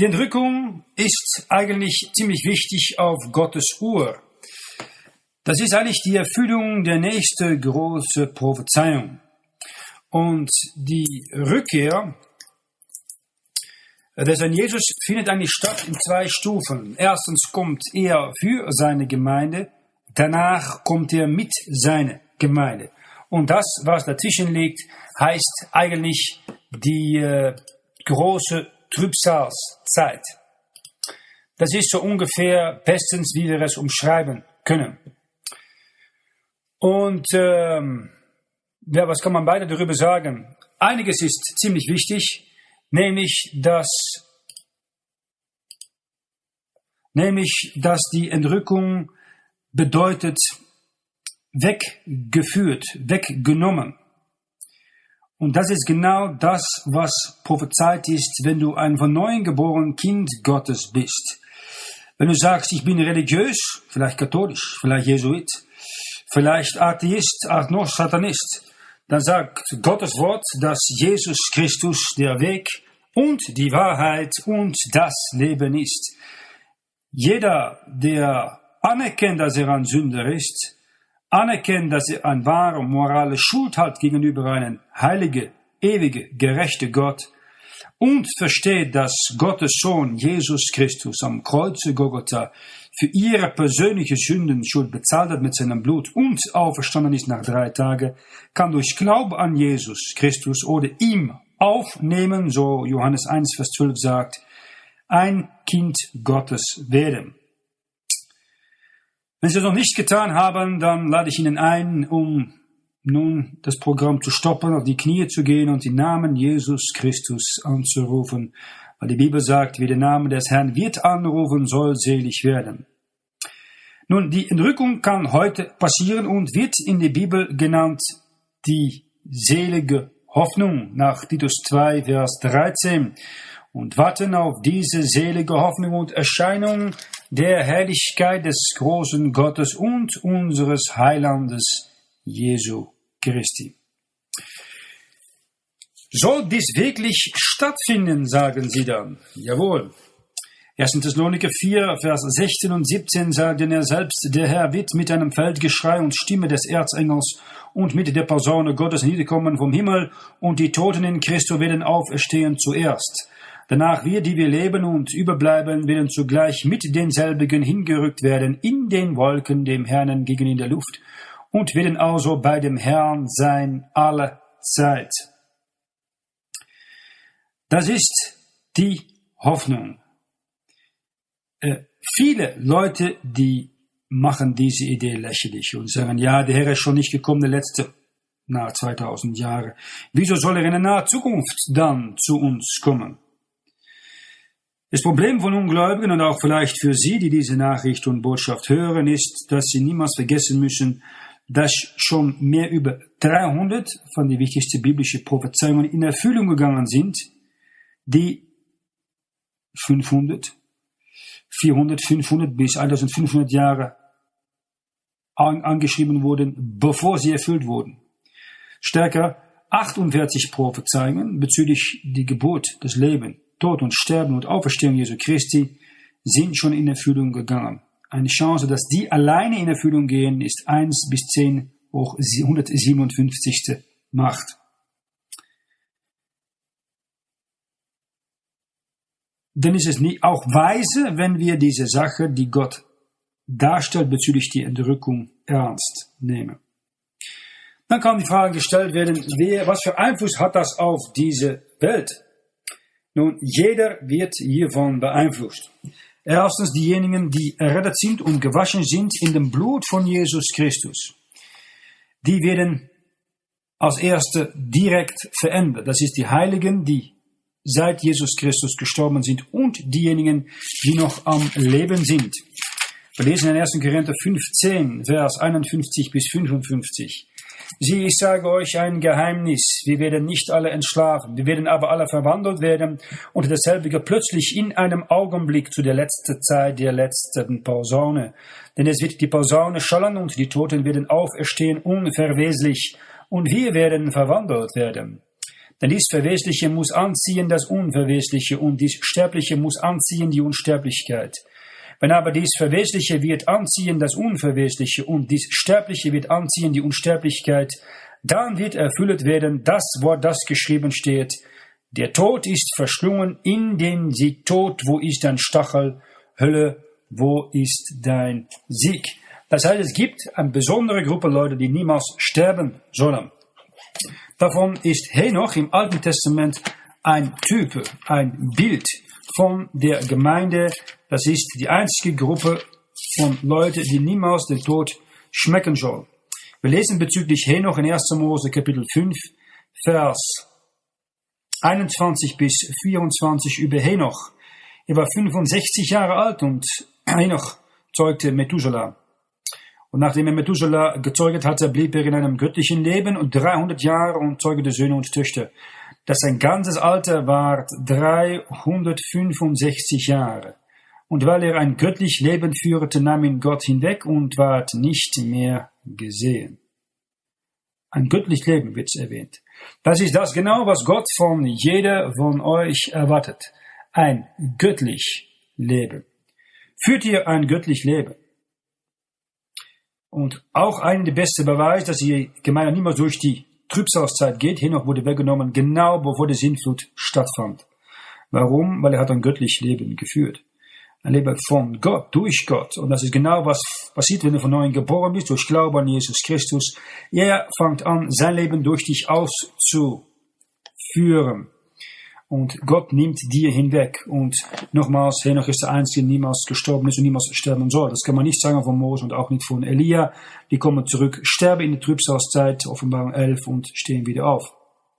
Die Entrückung ist eigentlich ziemlich wichtig auf Gottes Uhr. Das ist eigentlich die Erfüllung der nächsten großen Prophezeiung. Und die Rückkehr des Herrn Jesus findet eigentlich statt in 2 Stufen. Erstens kommt er für seine Gemeinde, danach kommt er mit seiner Gemeinde. Und das, was dazwischen liegt, heißt eigentlich die große Trübsalzeit. Das ist so ungefähr bestens, wie wir es umschreiben können. Und was kann man beide darüber sagen? Einiges ist ziemlich wichtig, nämlich dass die Entrückung bedeutet weggeführt, weggenommen. Und das ist genau das, was prophezeit ist, wenn du ein von neuem geborenes Kind Gottes bist. Wenn du sagst, ich bin religiös, vielleicht katholisch, vielleicht Jesuit, vielleicht Atheist, Agnost, Satanist, dann sagt Gottes Wort, dass Jesus Christus der Weg und die Wahrheit und das Leben ist. Jeder, der anerkennt, dass er ein Sünder ist, anerkennt, dass er eine wahre moralische Schuld hat gegenüber einem heiligen, ewigen, gerechten Gott und versteht, dass Gottes Sohn Jesus Christus am Kreuze Golgotha für ihre persönliche Sündenschuld bezahlt hat mit seinem Blut und auferstanden ist nach 3 Tagen, kann durch Glauben an Jesus Christus oder ihm aufnehmen, so Johannes 1, Vers 12 sagt, ein Kind Gottes werden. Wenn Sie es noch nicht getan haben, dann lade ich Ihnen ein, um nun das Programm zu stoppen, auf die Knie zu gehen und den Namen Jesus Christus anzurufen, weil die Bibel sagt, wer den Namen des Herrn wird anrufen, soll selig werden. Nun, die Entrückung kann heute passieren und wird in der Bibel genannt die selige Hoffnung nach Titus 2, Vers 13 und warten auf diese selige Hoffnung und Erscheinung der Herrlichkeit des großen Gottes und unseres Heilandes Jesu Christi. Soll dies wirklich stattfinden, sagen sie dann? Jawohl. 1. Thessaloniker 4, Vers 16 und 17 sagt denn er selbst, der Herr wird mit einem Feldgeschrei und Stimme des Erzengels und mit der Posaune Gottes niederkommen vom Himmel und die Toten in Christo werden auferstehen zuerst. Danach wir, die wir leben und überbleiben, werden zugleich mit denselbigen hingerückt werden in den Wolken dem Herrn entgegen in der Luft und werden also bei dem Herrn sein alle Zeit. Das ist die Hoffnung. Viele Leute, die machen diese Idee lächerlich und sagen, ja, der Herr ist schon nicht gekommen, der letzte nach 2000 Jahre. Wieso soll er in der nahen Zukunft dann zu uns kommen? Das Problem von Ungläubigen und auch vielleicht für Sie, die diese Nachricht und Botschaft hören, ist, dass Sie niemals vergessen müssen, dass schon mehr über 300 von den wichtigsten biblischen Prophezeiungen in Erfüllung gegangen sind, die 400 bis 1500 Jahre angeschrieben wurden, bevor sie erfüllt wurden. Stärker 48 Prophezeiungen bezüglich die Geburt, das Leben, Tod und Sterben und Auferstehung Jesu Christi sind schon in Erfüllung gegangen. Eine Chance, dass die alleine in Erfüllung gehen, ist 1 bis 10 hoch 157. Macht. Denn ist es nicht auch weise, wenn wir diese Sache, die Gott darstellt bezüglich der Entrückung, ernst nehmen. Dann kann die Frage gestellt werden, was für Einfluss hat das auf diese Welt? Nun, jeder wird hiervon beeinflusst. Erstens diejenigen, die errettet sind und gewaschen sind in dem Blut von Jesus Christus. Die werden als Erste direkt verändert. Das ist die Heiligen, die seit Jesus Christus gestorben sind und diejenigen, die noch am Leben sind. Wir lesen in 1. Korinther 15, Vers 51 bis 55. Sieh, ich sage euch ein Geheimnis, wir werden nicht alle entschlafen, wir werden aber alle verwandelt werden und dasselbe plötzlich in einem Augenblick zu der letzten Zeit der letzten Posaune. Denn es wird die Posaune schallen und die Toten werden auferstehen unverweslich und wir werden verwandelt werden. Denn dies Verwesliche muss anziehen das Unverwesliche und dies Sterbliche muss anziehen die Unsterblichkeit. Wenn aber dies Verwesliche wird anziehen das Unverwesliche und dies Sterbliche wird anziehen die Unsterblichkeit, dann wird erfüllt werden das Wort, das geschrieben steht. Der Tod ist verschlungen in den Sieg. Tod, wo ist dein Stachel? Hölle, wo ist dein Sieg? Das heißt, es gibt eine besondere Gruppe Leute, die niemals sterben sollen. Davon ist Henoch im Alten Testament ein Typ, ein Bild von der Gemeinde. Das ist die einzige Gruppe von Leuten, die niemals den Tod schmecken sollen. Wir lesen bezüglich Henoch in 1. Mose Kapitel 5, Vers 21 bis 24 über Henoch. Er war 65 Jahre alt und Henoch zeugte Methuselah. Und nachdem er Methuselah gezeugt hatte, blieb er in einem göttlichen Leben und 300 Jahre und zeugte Söhne und Töchter. Das sein ganzes Alter war 365 Jahre. Und weil er ein göttlich Leben führte, nahm ihn Gott hinweg und ward nicht mehr gesehen. Ein göttlich Leben wird erwähnt. Das ist das genau, was Gott von jeder von euch erwartet. Ein göttlich Leben. Führt ihr ein göttlich Leben? Und auch ein der beste Beweis, dass die Gemeinde niemals durch die Trübsalzeit geht. Henoch wurde weggenommen, genau bevor die Sintflut stattfand. Warum? Weil er hat ein göttliches Leben geführt. Ein Leben von Gott, durch Gott. Und das ist genau, was passiert, wenn du von neuem geboren bist, durch Glauben an Jesus Christus. Er fängt an, sein Leben durch dich auszuführen. Und Gott nimmt dir hinweg. Und nochmals, Henoch ist der Einzige, der niemals gestorben ist und niemals sterben soll. Das kann man nicht sagen von Mose und auch nicht von Elia. Die kommen zurück, sterben in der Trübsalzeit, Offenbarung 11, und stehen wieder auf.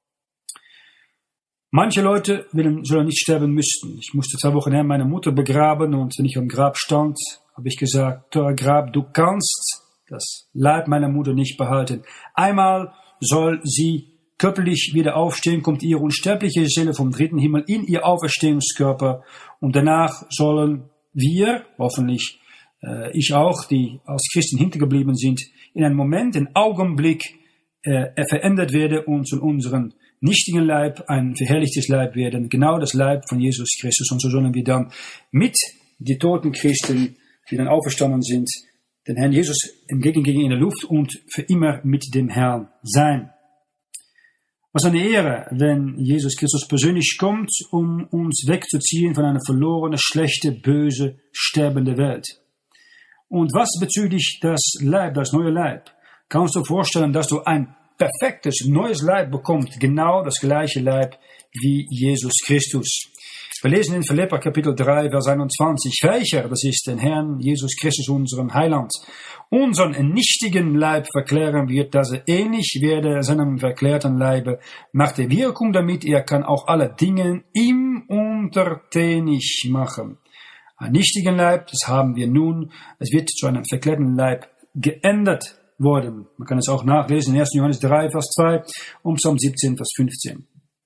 Manche Leute sollen nicht sterben müssen. Ich musste 2 Wochen her meine Mutter begraben und wenn ich am Grab stand, habe ich gesagt, Teure Grab, du kannst das Leib meiner Mutter nicht behalten. Einmal soll sie körperlich wieder aufstehen, kommt ihre unsterbliche Seele vom 3. Himmel in ihr Auferstehungskörper und danach sollen wir, hoffentlich ich auch, die als Christen hintergeblieben sind, in einem Moment, einen Augenblick verändert werden und zu unserem nichtigen Leib ein verherrlichtes Leib werden, genau das Leib von Jesus Christus. Und so sollen wir dann mit den toten Christen, die dann auferstanden sind, den Herrn Jesus entgegengehen in der Luft und für immer mit dem Herrn sein. Was eine Ehre, wenn Jesus Christus persönlich kommt, um uns wegzuziehen von einer verlorenen, schlechte, böse, sterbende Welt. Und was bezüglich das Leib, das neue Leib? Kannst du dir vorstellen, dass du ein perfektes, neues Leib bekommst, genau das gleiche Leib wie Jesus Christus. Wir lesen in Philipper Kapitel 3, Vers 21, welcher, das ist den Herrn Jesus Christus, unseren Heiland, unseren nichtigen Leib verklären wird, dass er ähnlich werde seinem verklärten Leibe, nach der Wirkung, damit er kann auch alle Dinge ihm untertänig machen. Einen nichtigen Leib, das haben wir nun, es wird zu einem verklärten Leib geändert worden. Man kann es auch nachlesen in 1. Johannes 3, Vers 2 und Psalm 17, Vers 15.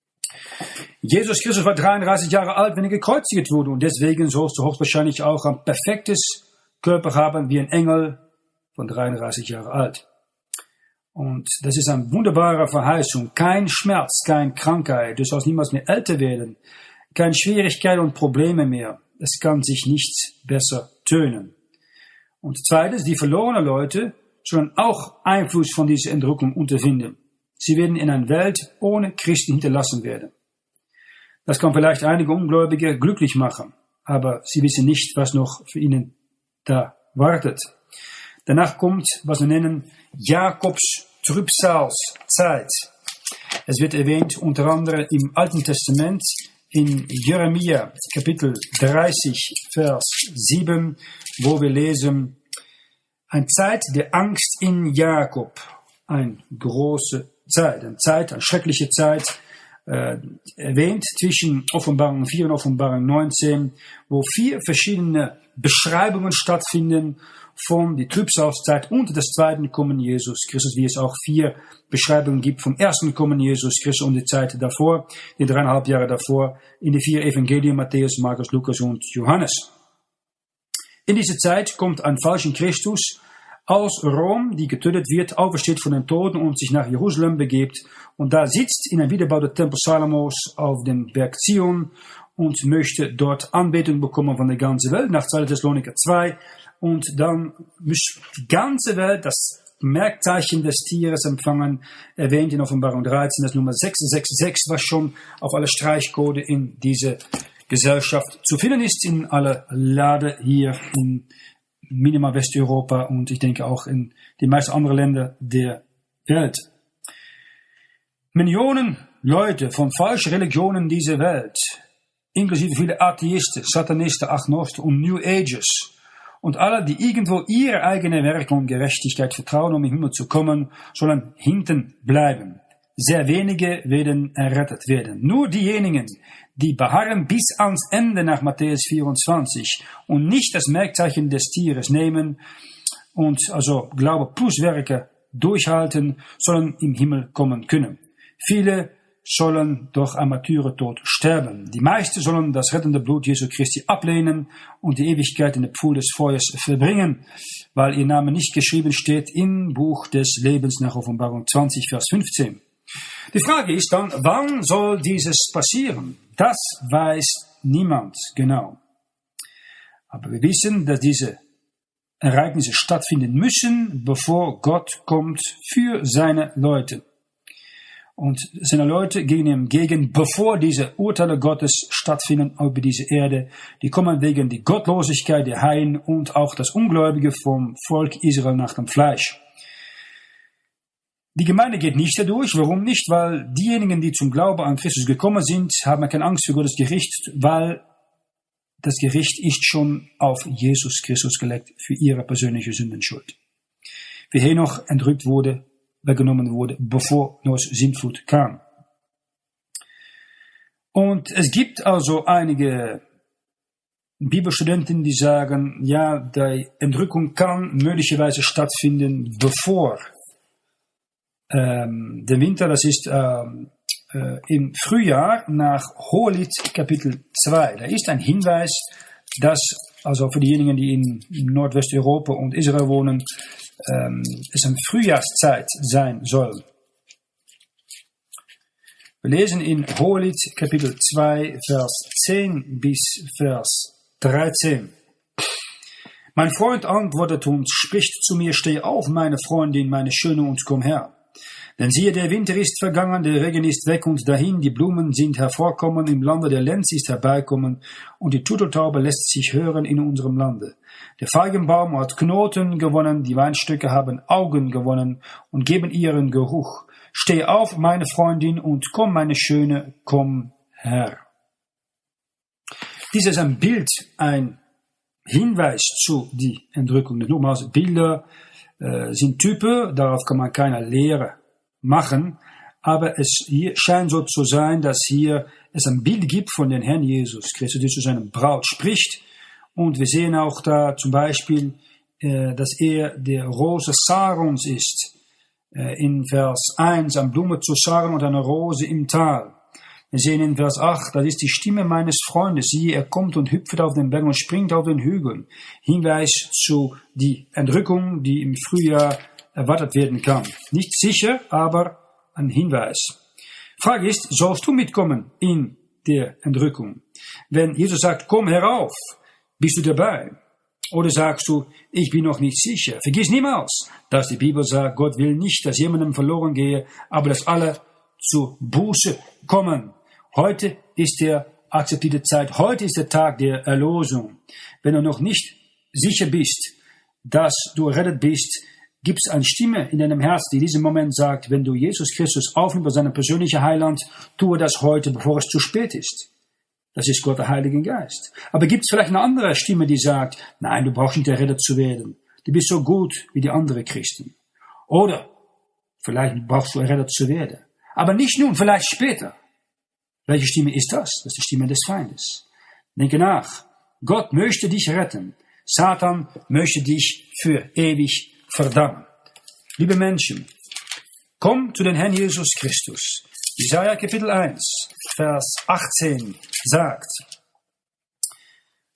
Jesus Christus war 33 Jahre alt, wenn er gekreuzigt wurde, und deswegen sollst du höchstwahrscheinlich auch ein perfektes Körper haben wie ein Engel von 33 Jahre alt. Und das ist eine wunderbare Verheißung. Kein Schmerz, keine Krankheit, du sollst niemals mehr älter werden, keine Schwierigkeiten und Probleme mehr. Es kann sich nichts besser tönen. Und zweitens, die verlorenen Leute sollen auch Einfluss von dieser Entrückung unterfinden. Sie werden in einer Welt ohne Christen hinterlassen werden. Das kann vielleicht einige Ungläubige glücklich machen, aber sie wissen nicht, was noch für ihnen da wartet. Danach kommt, was wir nennen, Jakobs Trübsalzeit. Es wird erwähnt unter anderem im Alten Testament in Jeremia Kapitel 30, Vers 7, wo wir lesen, eine Zeit der Angst in Jakob, eine große Zeit, eine schreckliche Zeit, erwähnt zwischen Offenbarung 4 und Offenbarung 19, wo 4 verschiedene Beschreibungen stattfinden von der Trübsalzeit und des zweiten Kommen Jesus Christus, wie es auch 4 Beschreibungen gibt vom ersten Kommen Jesus Christus und die Zeit davor, die 3,5 Jahre davor, in die 4 Evangelien, Matthäus, Markus, Lukas und Johannes. In dieser Zeit kommt ein falscher Christus aus Rom, die getötet wird, aufersteht von den Toten und sich nach Jerusalem begebt. Und da sitzt in einem wiederbauter Tempel Salomos auf dem Berg Zion und möchte dort Anbetung bekommen von der ganzen Welt, nach 2. Thessaloniker 2. Und dann muss die ganze Welt das Merkzeichen des Tieres empfangen, erwähnt in Offenbarung 13, das Nummer 666, was schon auf alle Streichcode in diese Gesellschaft zu finden ist, in aller Lade hier in Minima Westeuropa und ich denke auch in die meisten anderen Länder der Welt. Millionen Leute von falschen Religionen dieser Welt, inklusive viele Atheisten, Satanisten, Agnosten und New Agers, und alle, die irgendwo ihre eigene Werke und Gerechtigkeit vertrauen, um im Himmel zu kommen, sollen hinten bleiben. Sehr wenige werden errettet werden. Nur diejenigen, die beharren bis ans Ende nach Matthäus 24 und nicht das Merkzeichen des Tieres nehmen und also Glaube plus Werke durchhalten, sollen im Himmel kommen können. Viele sollen durch ein Märtyrertod sterben. Die meisten sollen das rettende Blut Jesu Christi ablehnen und die Ewigkeit in der Pfuhl des Feuers verbringen, weil ihr Name nicht geschrieben steht im Buch des Lebens nach Offenbarung 20, Vers 15. Die Frage ist dann, wann soll dieses passieren? Das weiß niemand genau. Aber wir wissen, dass diese Ereignisse stattfinden müssen, bevor Gott kommt für seine Leute. Und seine Leute gehen ihm entgegen, bevor diese Urteile Gottes stattfinden über diese Erde. Die kommen wegen der Gottlosigkeit der Heiden und auch das Ungläubige vom Volk Israel nach dem Fleisch. Die Gemeinde geht nicht dadurch. Warum nicht? Weil diejenigen, die zum Glauben an Christus gekommen sind, haben keine Angst für Gottes Gericht, weil das Gericht ist schon auf Jesus Christus gelegt für ihre persönliche Sündenschuld. Wie Henoch entrückt wurde, weggenommen wurde, bevor Noahs Sintflut kam. Und es gibt also einige Bibelstudenten, die sagen, ja, die Entrückung kann möglicherweise stattfinden, bevor der Winter, das ist im Frühjahr nach Hohelied Kapitel 2. Da ist ein Hinweis, dass also für diejenigen, die in Nordwesteuropa und Israel wohnen, es eine Frühjahrszeit sein soll. Wir lesen in Hohelied Kapitel 2, Vers 10 bis Vers 13. Mein Freund antwortet und spricht zu mir, steh auf, meine Freundin, meine Schöne, und komm her. Denn siehe, der Winter ist vergangen, der Regen ist weg und dahin, die Blumen sind hervorkommen, im Lande der Lenz ist herbeikommen, und die Turteltaube lässt sich hören in unserem Lande. Der Feigenbaum hat Knoten gewonnen, die Weinstöcke haben Augen gewonnen und geben ihren Geruch. Steh auf, meine Freundin, und komm, meine Schöne, komm her. Dies ist ein Bild, ein Hinweis zu die Entrückung. Nochmals, Bilder sind Typen, darauf kann man keine Lehre machen, aber es hier scheint so zu sein, dass hier es ein Bild gibt von dem Herrn Jesus Christus, der zu seinem Braut spricht. Und wir sehen auch da zum Beispiel, dass er der Rose Sarons ist. In Vers 1, eine Blume zu Saron und eine Rose im Tal. Wir sehen in Vers 8, das ist die Stimme meines Freundes. Siehe, er kommt und hüpft auf den Berg und springt auf den Hügeln. Hinweis zu die Entrückung, die im Frühjahr erwartet werden kann. Nicht sicher, aber ein Hinweis. Frage ist, sollst du mitkommen in der Entrückung? Wenn Jesus sagt, komm herauf, bist du dabei? Oder sagst du, ich bin noch nicht sicher? Vergiss niemals, dass die Bibel sagt, Gott will nicht, dass jemandem verloren gehe, aber dass alle zur Buße kommen. Heute ist der akzeptierte Zeit, heute ist der Tag der Erlösung. Wenn du noch nicht sicher bist, dass du errettet bist, gibt es eine Stimme in deinem Herz, die in diesem Moment sagt, wenn du Jesus Christus aufnimmst als seinen persönlichen Heiland, tue das heute, bevor es zu spät ist. Das ist Gott, der Heilige Geist. Aber gibt es vielleicht eine andere Stimme, die sagt, nein, du brauchst nicht errettet zu werden. Du bist so gut wie die anderen Christen. Oder vielleicht brauchst du errettet zu werden. Aber nicht nun, vielleicht später. Welche Stimme ist das? Das ist die Stimme des Feindes. Denke nach. Gott möchte dich retten. Satan möchte dich für ewig verdammen. Liebe Menschen, komm zu den Herrn Jesus Christus. Jesaja Kapitel 1, Vers 18 sagt,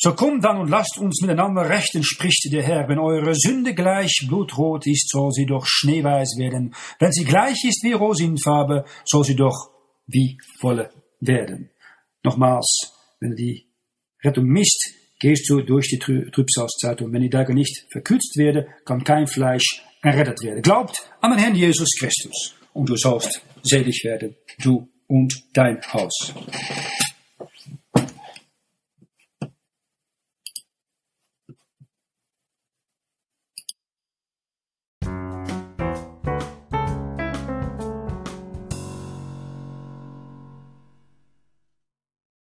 So kommt dann und lasst uns miteinander rechten, spricht der Herr. Wenn eure Sünde gleich blutrot ist, soll sie doch schneeweiß werden. Wenn sie gleich ist wie Rosinfarbe, soll sie doch wie Wolle werden. Nochmals, wenn du die Rettung misst, gehst du durch die Trübsalzeit. Und wenn die Tage nicht verkürzt werden, kann kein Fleisch errettet werden. Glaubt an den Herrn Jesus Christus und du sollst selig werden, du und dein Haus.